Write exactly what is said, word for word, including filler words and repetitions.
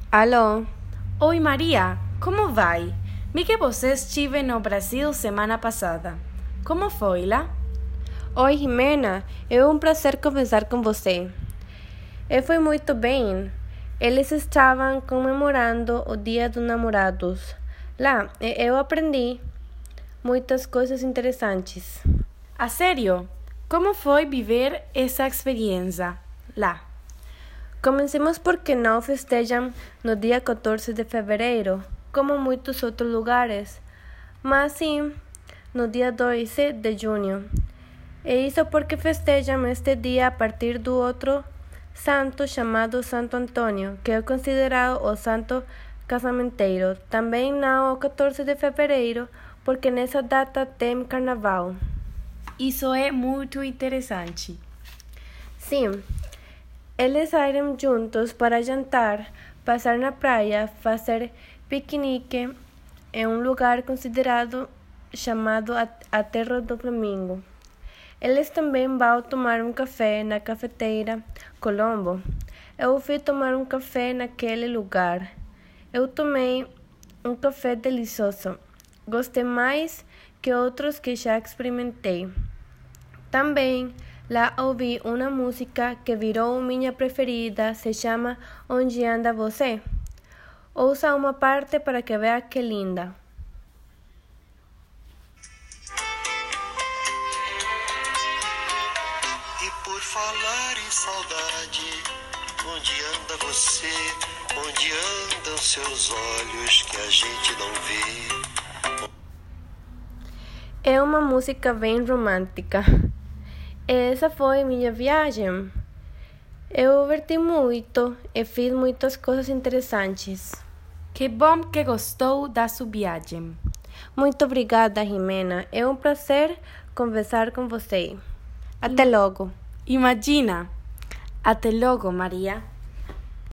Alô? Oi Maria, como vai? Vi que você estive no Brasil semana passada. Como foi lá? Oi, Jimena. É um prazer conversar com você. Eu fui muito bem. Eles estavam comemorando o Dia dos Namorados. Lá, e eu aprendi muitas coisas interessantes. A sério? Como foi viver essa experiência lá? Comencemos porque não festejam no dia quatorze de fevereiro, como muitos outros lugares, mas sim no dia doze de junho. E isso porque festejam este dia a partir do outro santo chamado Santo Antônio, que é considerado o santo casamenteiro. Também não o quatorze de fevereiro, porque nessa data tem carnaval. Isso é muito interessante. Sim, eles saíram juntos para jantar, passar na praia, fazer piquenique em um lugar considerado chamado a Terra do Flamingo. Eles também vão tomar um café na cafeteira Colombo. Eu fui tomar um café naquele lugar. Eu tomei um café delicioso. Gostei mais que outros que já experimentei. Também lá ouvi uma música que virou minha preferida, se chama Onde Anda Você? Ouça uma parte para que veja que linda. E por falar em saudade, onde anda você? Onde andam seus olhos que a gente não vê? É uma música bem romântica. Essa foi minha viagem. Eu diverti muito e fiz muitas coisas interessantes. Que bom que gostou da sua viagem. Muito obrigada, Jimena. É um prazer conversar com você. Até logo. Imagina. Até logo, Maria.